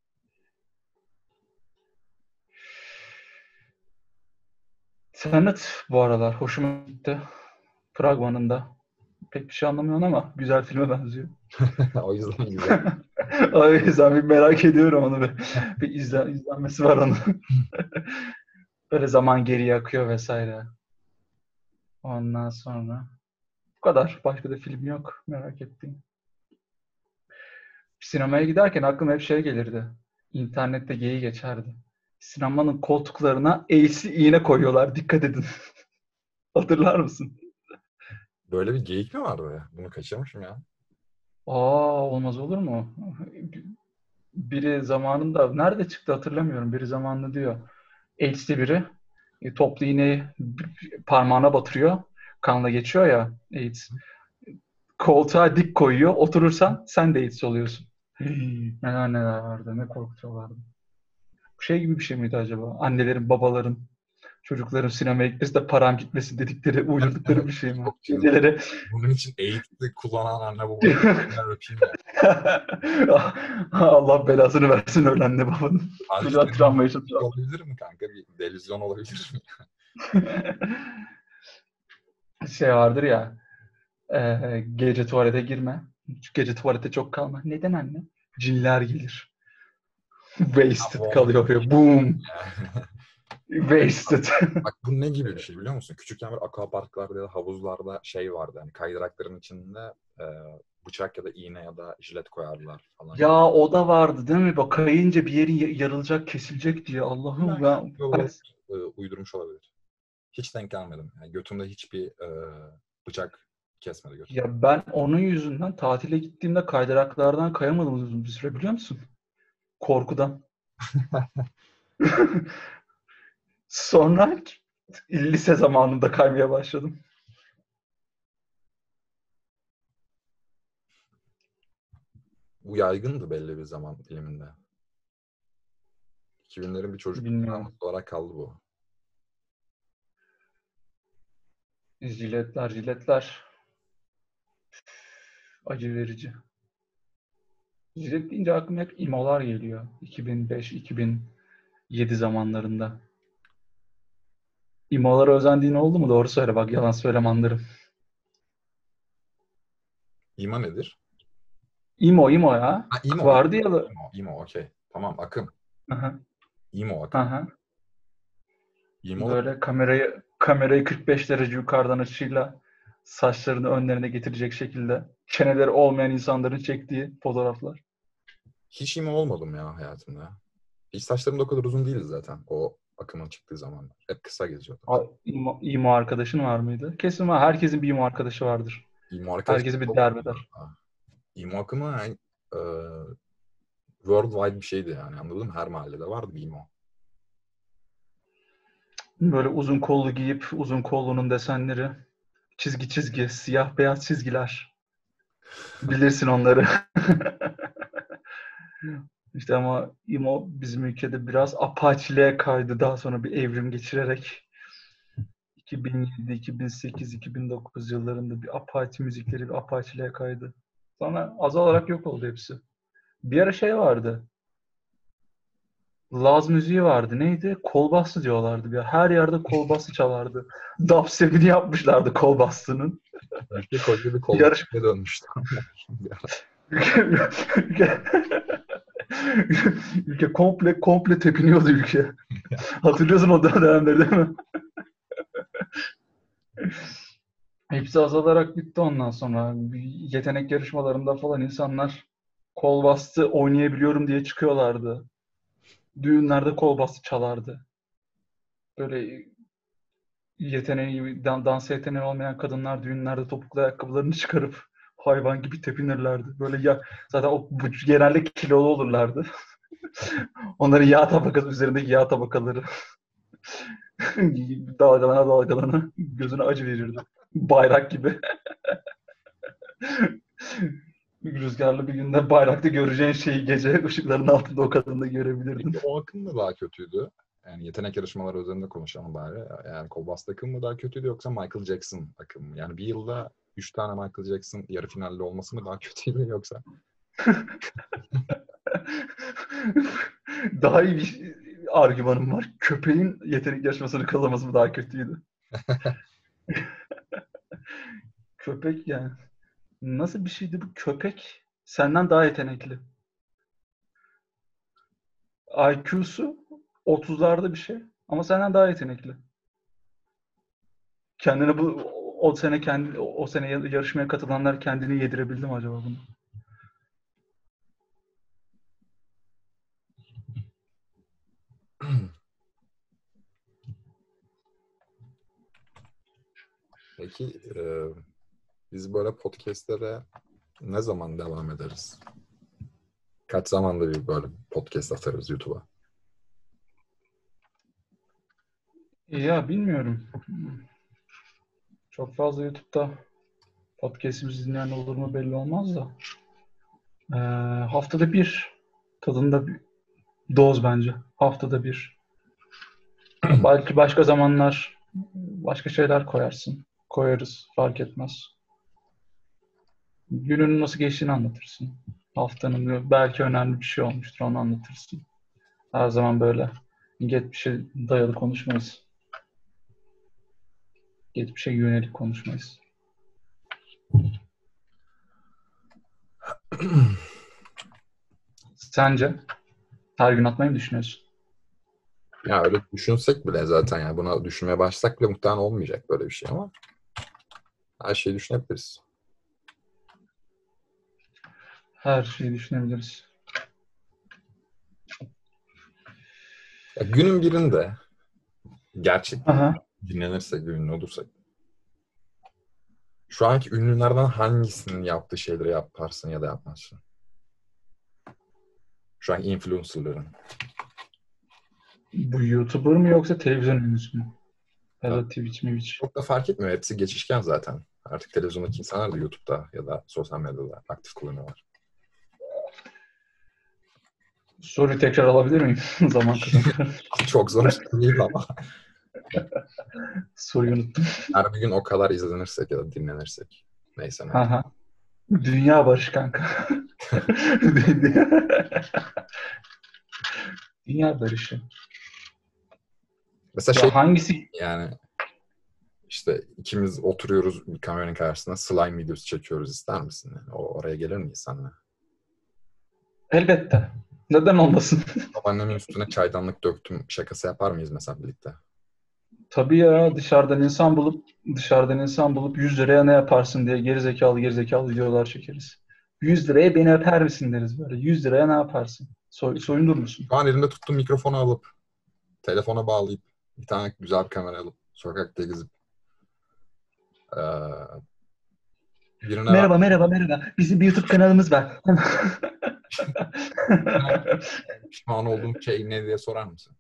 Tenet bu aralar hoşuma gitti. Fragmanında. Pek bir şey anlamıyorsun ama güzel filme benziyor. O yüzden güzel. O yüzden bir merak ediyorum onu. Bir izlenmesi var onun. Böyle zaman geriye akıyor vesaire. Ondan sonra bu kadar. Başka da film yok. Merak ettiğim. Sinemaya giderken aklıma hep şey gelirdi. İnternette geyiği geçerdi. Sinemanın koltuklarına eğsi iğne koyuyorlar. Dikkat edin. Hatırlar mısın? Böyle bir geyik mi vardı ya? Bunu kaçırmışım ya. Olmaz olur mu? Biri zamanında nerede çıktı hatırlamıyorum. Biri zamanında diyor. AIDS'li biri toplu iğneyi parmağına batırıyor. Kanla geçiyor ya AIDS. Koltuğa dik koyuyor. Oturursan sen de AIDS oluyorsun. Neler neler vardı. Ne korkutuyorlardı. Bu şey gibi bir şey miydi acaba? Annelerin, babaların, çocukların sinemaya gitmesi de param gitmesin dedikleri, uydurdukları bir şey mi? Çok çılgın. Geceleri Bunun için eğitimde kullanan anne babayı ben öpeyim ya. Allah belasını versin öyle anne babanın. Halbuki Çocuğa travma bir şey yaşatıyor. olabilir mi kanka? Bir delüzyon olabilir mi? Şey vardır ya, gece tuvalete girme. Gece tuvalete çok kalma. Neden anne? Cinler gelir. Wasted kalıyor ya. Boom. Wasted. Bak bu ne gibi bir şey biliyor musun? Küçükken böyle aquaparklarda ya da havuzlarda şey vardı. Hani kaydırakların içinde bıçak ya da iğne ya da jilet koyarlar falan. Ya o da vardı değil mi? Bak kayınca bir yerin yarılacak, kesilecek diye. Allah'ım ya. Uydurmuş olabilir. Hiç denk gelmedim. Yani götümde hiçbir bıçak kesmedi götüm. Ya ben onun yüzünden tatile gittiğimde kaydıraklardan kayamadım uzun bir süre biliyor musun? Korkudan. Sonra lise zamanında kaymaya başladım. Bu yaygındı belli bir zaman diliminde. 2000'lerin bir çocukluk Bilmiyorum. travması olarak kaldı bu. Jiletler, jiletler. Acı verici. Jilet deyince aklıma hep imolar geliyor. 2005-2007 zamanlarında. İmolara özendiğin oldu mu? Doğru söyle bak yalan söyleme anlarım. İma nedir? İmo ya. Ha, imo, Vardı ya da. okey. Tamam, akım. Aha, İmo akım. aha. İmo Böyle kamerayı 45 derece yukarıdan açıyla saçlarını önlerine getirecek şekilde çeneleri olmayan insanların çektiği fotoğraflar. hiç imo olmadım ya hayatımda. Hiç saçlarım da o kadar uzun değildi zaten. O akımın çıktığı zamanlar. Hep kısa geziyordum. İmo arkadaşın var mıydı? Kesin var. Herkesin bir imo arkadaşı vardır. İmo arkadaşım Herkesin bir çok derbeder. İmo akımı yani, worldwide bir şeydi yani anladın mı? Her mahallede vardı bir imo. Böyle uzun kollu giyip uzun kollunun desenleri, çizgi çizgi, siyah beyaz çizgiler. Bilirsin onları. İşte ama imo bizim ülkede biraz apaçiliğe kaydı. Daha sonra bir evrim geçirerek 2007, 2008, 2009 yıllarında bir apaçi müzikleri bir apaçiliğe kaydı. Sonra azalarak yok oldu hepsi. Bir ara şey vardı. Laz müziği vardı. Neydi? Kol bastı diyorlardı. Her yerde kol bastı çalardı. Dubstep'ini yapmışlardı kol bastının. Ülke koca bir Yarış kolbastaya dönmüştü. ülke, ülke komple tepiniyordu ülke. Hatırlıyorsun o dönemleri değil mi? Hepsi azalarak bitti ondan sonra. Yetenek yarışmalarında falan insanlar kol bastı oynayabiliyorum diye çıkıyorlardı. Düğünlerde kol bastı çalardı. Böyle dans yeteneği olmayan kadınlar düğünlerde topuklu ayakkabılarını çıkarıp hayvan gibi tepinirlerdi. Böyle ya zaten genelde kilolu olurlardı. Onların yağ tabakası üzerindeki yağ tabakaları dalgalana dalgalana gözüne acı verirdi. Bayrak gibi. Rüzgarlı bir günde bayrakta göreceğin şeyi gece ışıkların altında o kadında görebilirdin. Peki o akım mı daha kötüydü? Yani yetenek yarışmaları üzerinde konuşalım bari. Yani Kolbast akım mı daha kötüydü yoksa Michael Jackson akım mı? Yani bir yılda 3 tane Michael Jackson yarı finalde olması mı daha kötüydü yoksa? Daha iyi bir argümanım var. Köpeğin yetenek yarışmasını kazanması mı daha kötüydü? Köpek yani. Nasıl bir şeydi bu? Köpek senden daha yetenekli. IQ'su 30'larda bir şey ama senden daha yetenekli. Kendini o sene yarışmaya katılanlar kendini yedirebildi mi acaba bunu? Peki biz böyle podcastlere ne zaman devam ederiz? Kaç zamanda bir böyle podcast atarız YouTube'a? Ya bilmiyorum. Çok fazla YouTube'da Podcast'imizi dinleyen olur mu belli olmaz da. Haftada bir tadında bir doz bence. Haftada bir. Belki başka zamanlar başka şeyler koyarsın. Koyarız. Fark etmez. Günün nasıl geçtiğini anlatırsın. Haftanın belki önemli bir şey olmuştur. Onu anlatırsın. Her zaman böyle geçmişe dayalı konuşmayız. Geçmişe yönelik konuşmayız. Sence her gün atmayı mı düşünüyorsun? Ya öyle düşünsek bile zaten yani buna düşünmeye başlasak bile muhtemelen olmayacak böyle bir şey ama her şeyi düşünebiliriz. Her şeyi düşünebiliriz. Ya günün birinde gerçekten Aha. dinlenirsek ve ünlü olursak şu anki ünlülerden hangisinin yaptığı şeyleri yaparsın ya da yapmazsın? Şu an influencerların. Bu YouTuber mı yoksa televizyon ünlüsü mü? Ya Ya, da Twitch mi? çok da fark etmiyor. Hepsi geçişken zaten. Artık televizyondaki insanlar da YouTube'da ya da sosyal medyada aktif kullanıyorlar. Soruyu tekrar alabilir miyim? Zaman kazanıyorum. Çok zor değil ama Soruyu unuttum. her bir gün o kadar izlenirsek ya da dinlenirsek. Neyse ne. Aha. Dünya barışı kanka. Dünya barışı. Mesela Ya hangisi? yani işte ikimiz oturuyoruz bir kameranın karşısında slime videosu çekiyoruz ister misin? Yani oraya gelir miyiz seninle? Elbette. Neden olmasın? Babaannemin üstüne çaydanlık döktüm şakası yapar mıyız mesela birlikte? Tabii ya dışarıdan insan bulup 100 liraya ne yaparsın diye gerizekalı videolar çekeriz. 100 liraya beni öper misin deriz böyle. 100 liraya ne yaparsın? Soyundur musun? Şu an elimde tuttuğum mikrofonu alıp telefona bağlayıp bir tane güzel bir kamera alıp sokakta gezip eee birine ver, Merhaba. Bizim bir YouTube kanalımız var. pişman olduğum şey ne diye sorar mısın?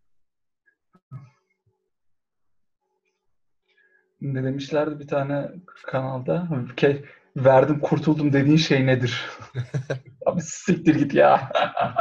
Ne demişlerdi bir tane kanalda? Verdim kurtuldum dediğin şey nedir? Abi siktir git ya.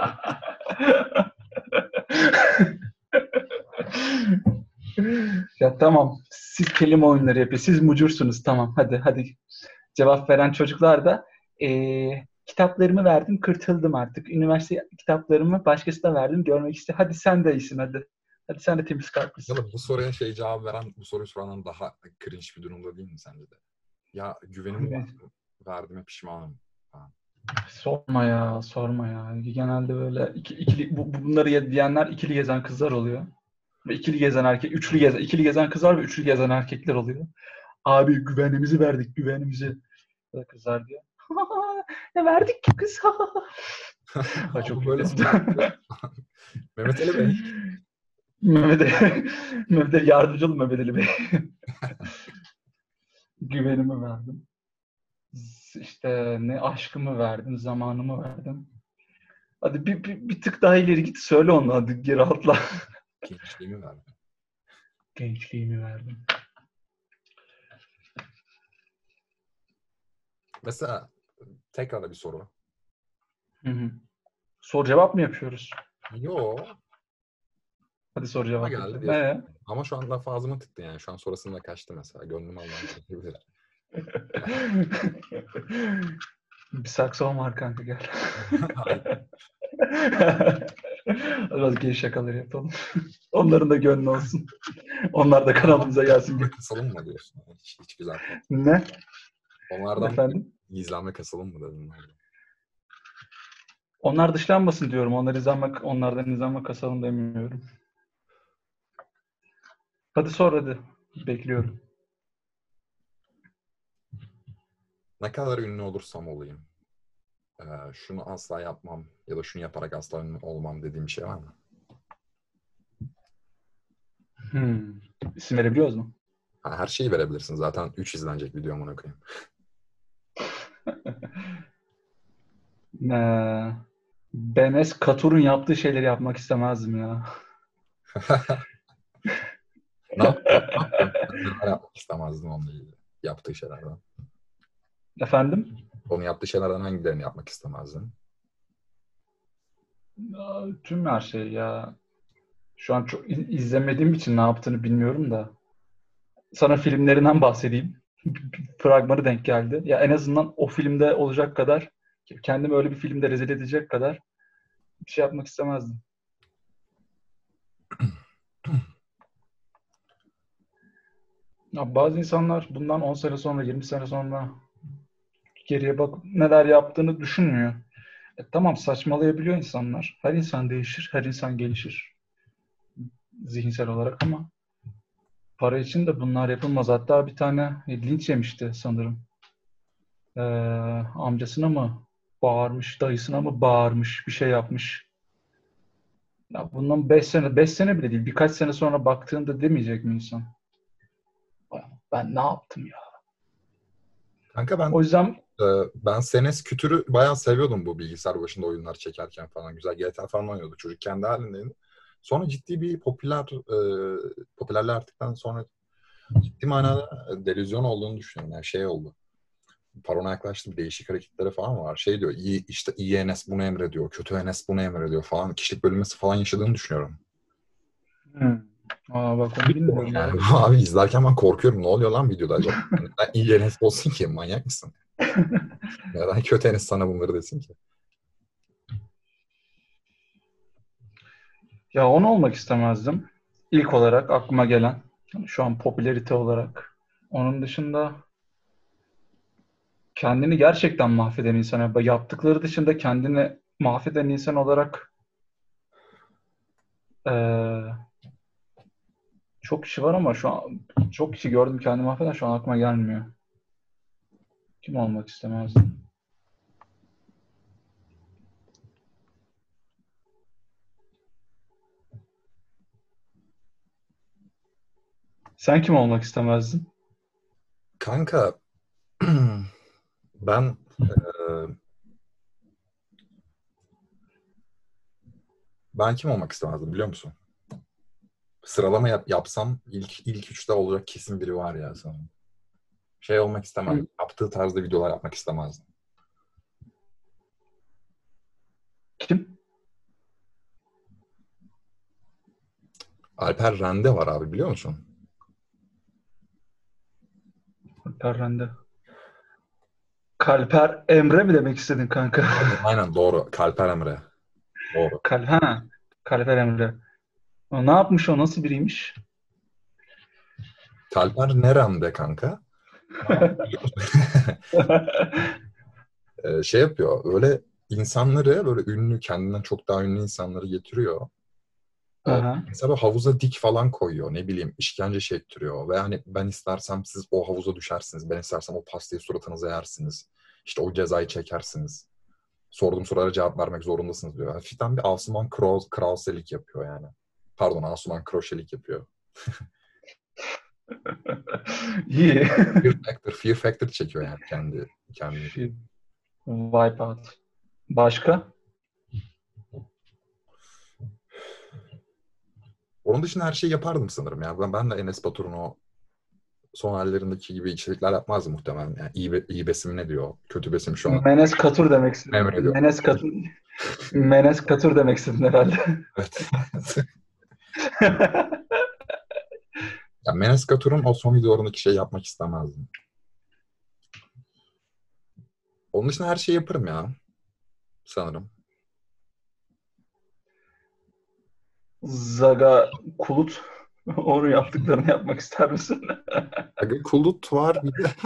Ya tamam. Siz kelime oyunları yapıyorsunuz. Siz mucursunuz. Tamam. Hadi. Cevap veren çocuklar da kitaplarımı verdim, kırtıldım artık. Üniversite kitaplarımı başkasına verdim, görmek istiyor. Hadi sen de iyisin hadi. Hadi sen de temiz Ya kalplısın. da bu soruya cevap veren, bu soruyu sorandan daha cringe bir durumda değil mi sence de? Ya güvenimi verdiğime pişmanım falan. Sorma ya. Genelde böyle bunları diyenler ikili gezen kızlar oluyor. Ve ikili gezen kızlar ve üçlü gezen erkekler oluyor. Abi güvenimizi verdik, güvenimizi. Ya da kızlar diyor. Ne verdik ki kız? Ha, çok Bu iyi böyle tespit. Mehmet Ali Bey. Mehmet Ali, Mehmet Ali yardımcı olun Mehmet Ali Bey. Güvenimi verdim. İşte ne aşkımı verdim, zamanımı verdim. Hadi bir tık daha ileri git söyle onu hadi geri atla. Gençliğimi verdim. Gençliğimi verdim. Mesela tekrar da bir soru. Hı. Soru cevap mı yapıyoruz? Yo. Hadi soru Ama cevap geldi yapalım. diye. Ne? Ama şu anda ağzıma tıktı yani. Şu an sonrasında kaçtı mesela. Gönlüm Allah'ın çekebilir. Bir saksafon var kanka gel. Hayır. Biraz gay şakaları yapalım. Onların da gönlü olsun. Onlar da kanalımıza gelsin. Kasalım mı diyorsun? Hiç güzel. Ne? Onlardan Efendim? gizlenme kasalım mı dedin? Onlar dışlanmasın diyorum. Onlardan izlenme kasalım demiyorum. Hadi sor hadi. Bekliyorum. Ne kadar ünlü olursam olayım. Şunu asla yapmam ya da şunu yaparak asla ünlü olmam dediğim bir şey var mı? İsim verebiliyoruz mu? Her şeyi verebilirsin. Zaten 3 izlenecek videom ona koyayım. Benes Katur'un yaptığı şeyleri yapmak istemezdim ya. Ne yaptın? Neler yapmak istemezdim onunla ilgili. Yaptığı şeylerden. Efendim? Onun yaptığı şeylerden hangilerini yapmak istemezdin? Tüm her şey ya. Şu an çok izlemediğim için ne yaptığını bilmiyorum da. Sana filmlerinden bahsedeyim. Fragmanı denk geldi. Ya en azından o filmde olacak kadar, kendimi öyle bir filmde rezil edecek kadar bir şey yapmak istemezdim. Ya bazı insanlar bundan 10 sene sonra, 20 sene sonra geriye bak neler yaptığını düşünmüyor. Tamam, saçmalayabiliyor insanlar. Her insan değişir, her insan gelişir zihinsel olarak ama para için de bunlar yapılmaz. Hatta bir tane linç yemişti sanırım. Ee, Amcasına mı bağırmış, dayısına mı bağırmış, bir şey yapmış. Ya bundan 5 sene bile değil, birkaç sene sonra baktığında demeyecek mi insan? Ben ne yaptım ya? Kanka O yüzden ben Senes Kütür'ü bayağı seviyordum bu bilgisayar başında oyunlar çekerken falan. Güzel GTA falan oynuyordu. Çocuk kendi halindeydi. Sonra ciddi bir popülerliği arttıktan sonra ciddi manada delüzyon olduğunu düşünüyorum. Yani şey oldu. Paranoyaklaştı, değişik hareketleri falan var. Şey diyor, işte iyi Enes bunu emrediyor, kötü Enes bunu emrediyor falan. Kişilik bölünmesi falan yaşadığını düşünüyorum. hmm. Bak onu bilmiyorum Yani bak. abi izlerken ben korkuyorum. Ne oluyor lan videoda acaba? Neden iyi Enes olsun ki? Manyak mısın? Neden kötü Enes sana bunları desin ki? Ya onu olmak istemezdim. İlk olarak aklıma gelen, şu an popülerite olarak. Onun dışında kendini gerçekten mahveden insan, yaptıkları dışında kendini mahveden insan olarak eee, çok kişi var ama şu an çok kişi gördüm kendini mahveden, şu an aklıma gelmiyor. Kim olmak istemezdim? Sen kim olmak istemezdin? Kanka ben ben kim olmak istemezdim biliyor musun? Sıralama yapsam ilk üçte olacak kesin biri var ya sanırım. Şey olmak istemezdim. Kim? Yaptığı tarzda videolar yapmak istemezdim. Kim? Alper Rende var abi biliyor musun? Alper Rende. Kalper Emre mi demek istedin kanka? Aynen doğru. Kalper Emre. Doğru. Ha, Kalper Emre. O ne yapmış, o nasıl biriymiş? Kalper neremde kanka? Şey yapıyor. Öyle insanları böyle ünlü, kendinden çok daha ünlü insanları getiriyor. Aha. Mesela havuza dik falan koyuyor. Ne bileyim işkence çektiriyor. Ve hani ben istersem siz o havuza düşersiniz. Ben istersem o pastayı suratınıza yersiniz. İşte o cezayı çekersiniz. Sorduğum sorulara cevap vermek zorundasınız diyor. Hafiften bir Asuman Krause'lik yapıyor yani. Pardon Asuman Kroşelik yapıyor. İyi. Fear Factor çekiyor yani kendi. Wipeout. Başka? Onun dışında her şeyi yapardım sanırım ya. Ben de Enes Batur'un o son hallerindeki gibi içerikler yapmazdım muhtemelen. Yani iyi besim ne diyor? Kötü besim şu an Menes Katur demek istedin. emrediyor. Menes Katur demek istedin herhalde. Evet. Ya Menes Gatur'un o son videolarındaki şey yapmak istemezdim. Onun dışında her şeyi yaparım ya. Sanırım. Zaga Kulut. Onu yaptıklarını yapmak ister misin? Aga Kulut var bir de.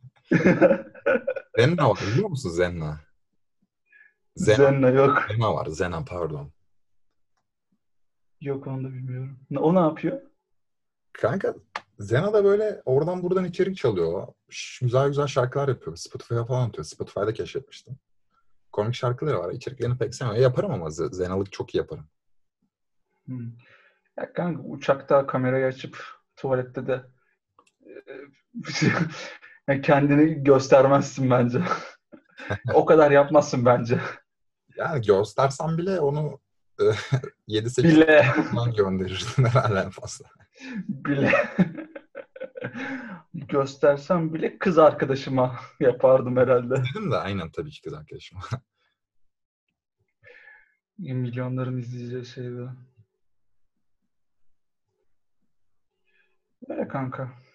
Zenna var biliyor musun Zenna? Zenna yok. Zenna var. Zenna pardon. Yok, onu da bilmiyorum. O ne yapıyor? Kanka Zena da böyle oradan buradan içerik çalıyor. Güzel güzel şarkılar yapıyor. Spotify'a falan atıyor. Spotify'da keşfetmiştim. Komik şarkıları var. İçeriklerini pek sevmiyorum. Yaparım ama Zenalık çok iyi yaparım. Hmm. Ya kanka, uçakta kamerayı açıp tuvalette de ya kendini göstermezsin bence. O kadar yapmazsın bence. Yani göstersem bile onu 7-8 Bile. falan gönderirdim herhalde en fazla. Bile. göstersem bile kız arkadaşıma yapardım herhalde. Dedim de aynen tabii ki kız arkadaşım. Milyonların izleyeceği şeydi. Öyle kanka.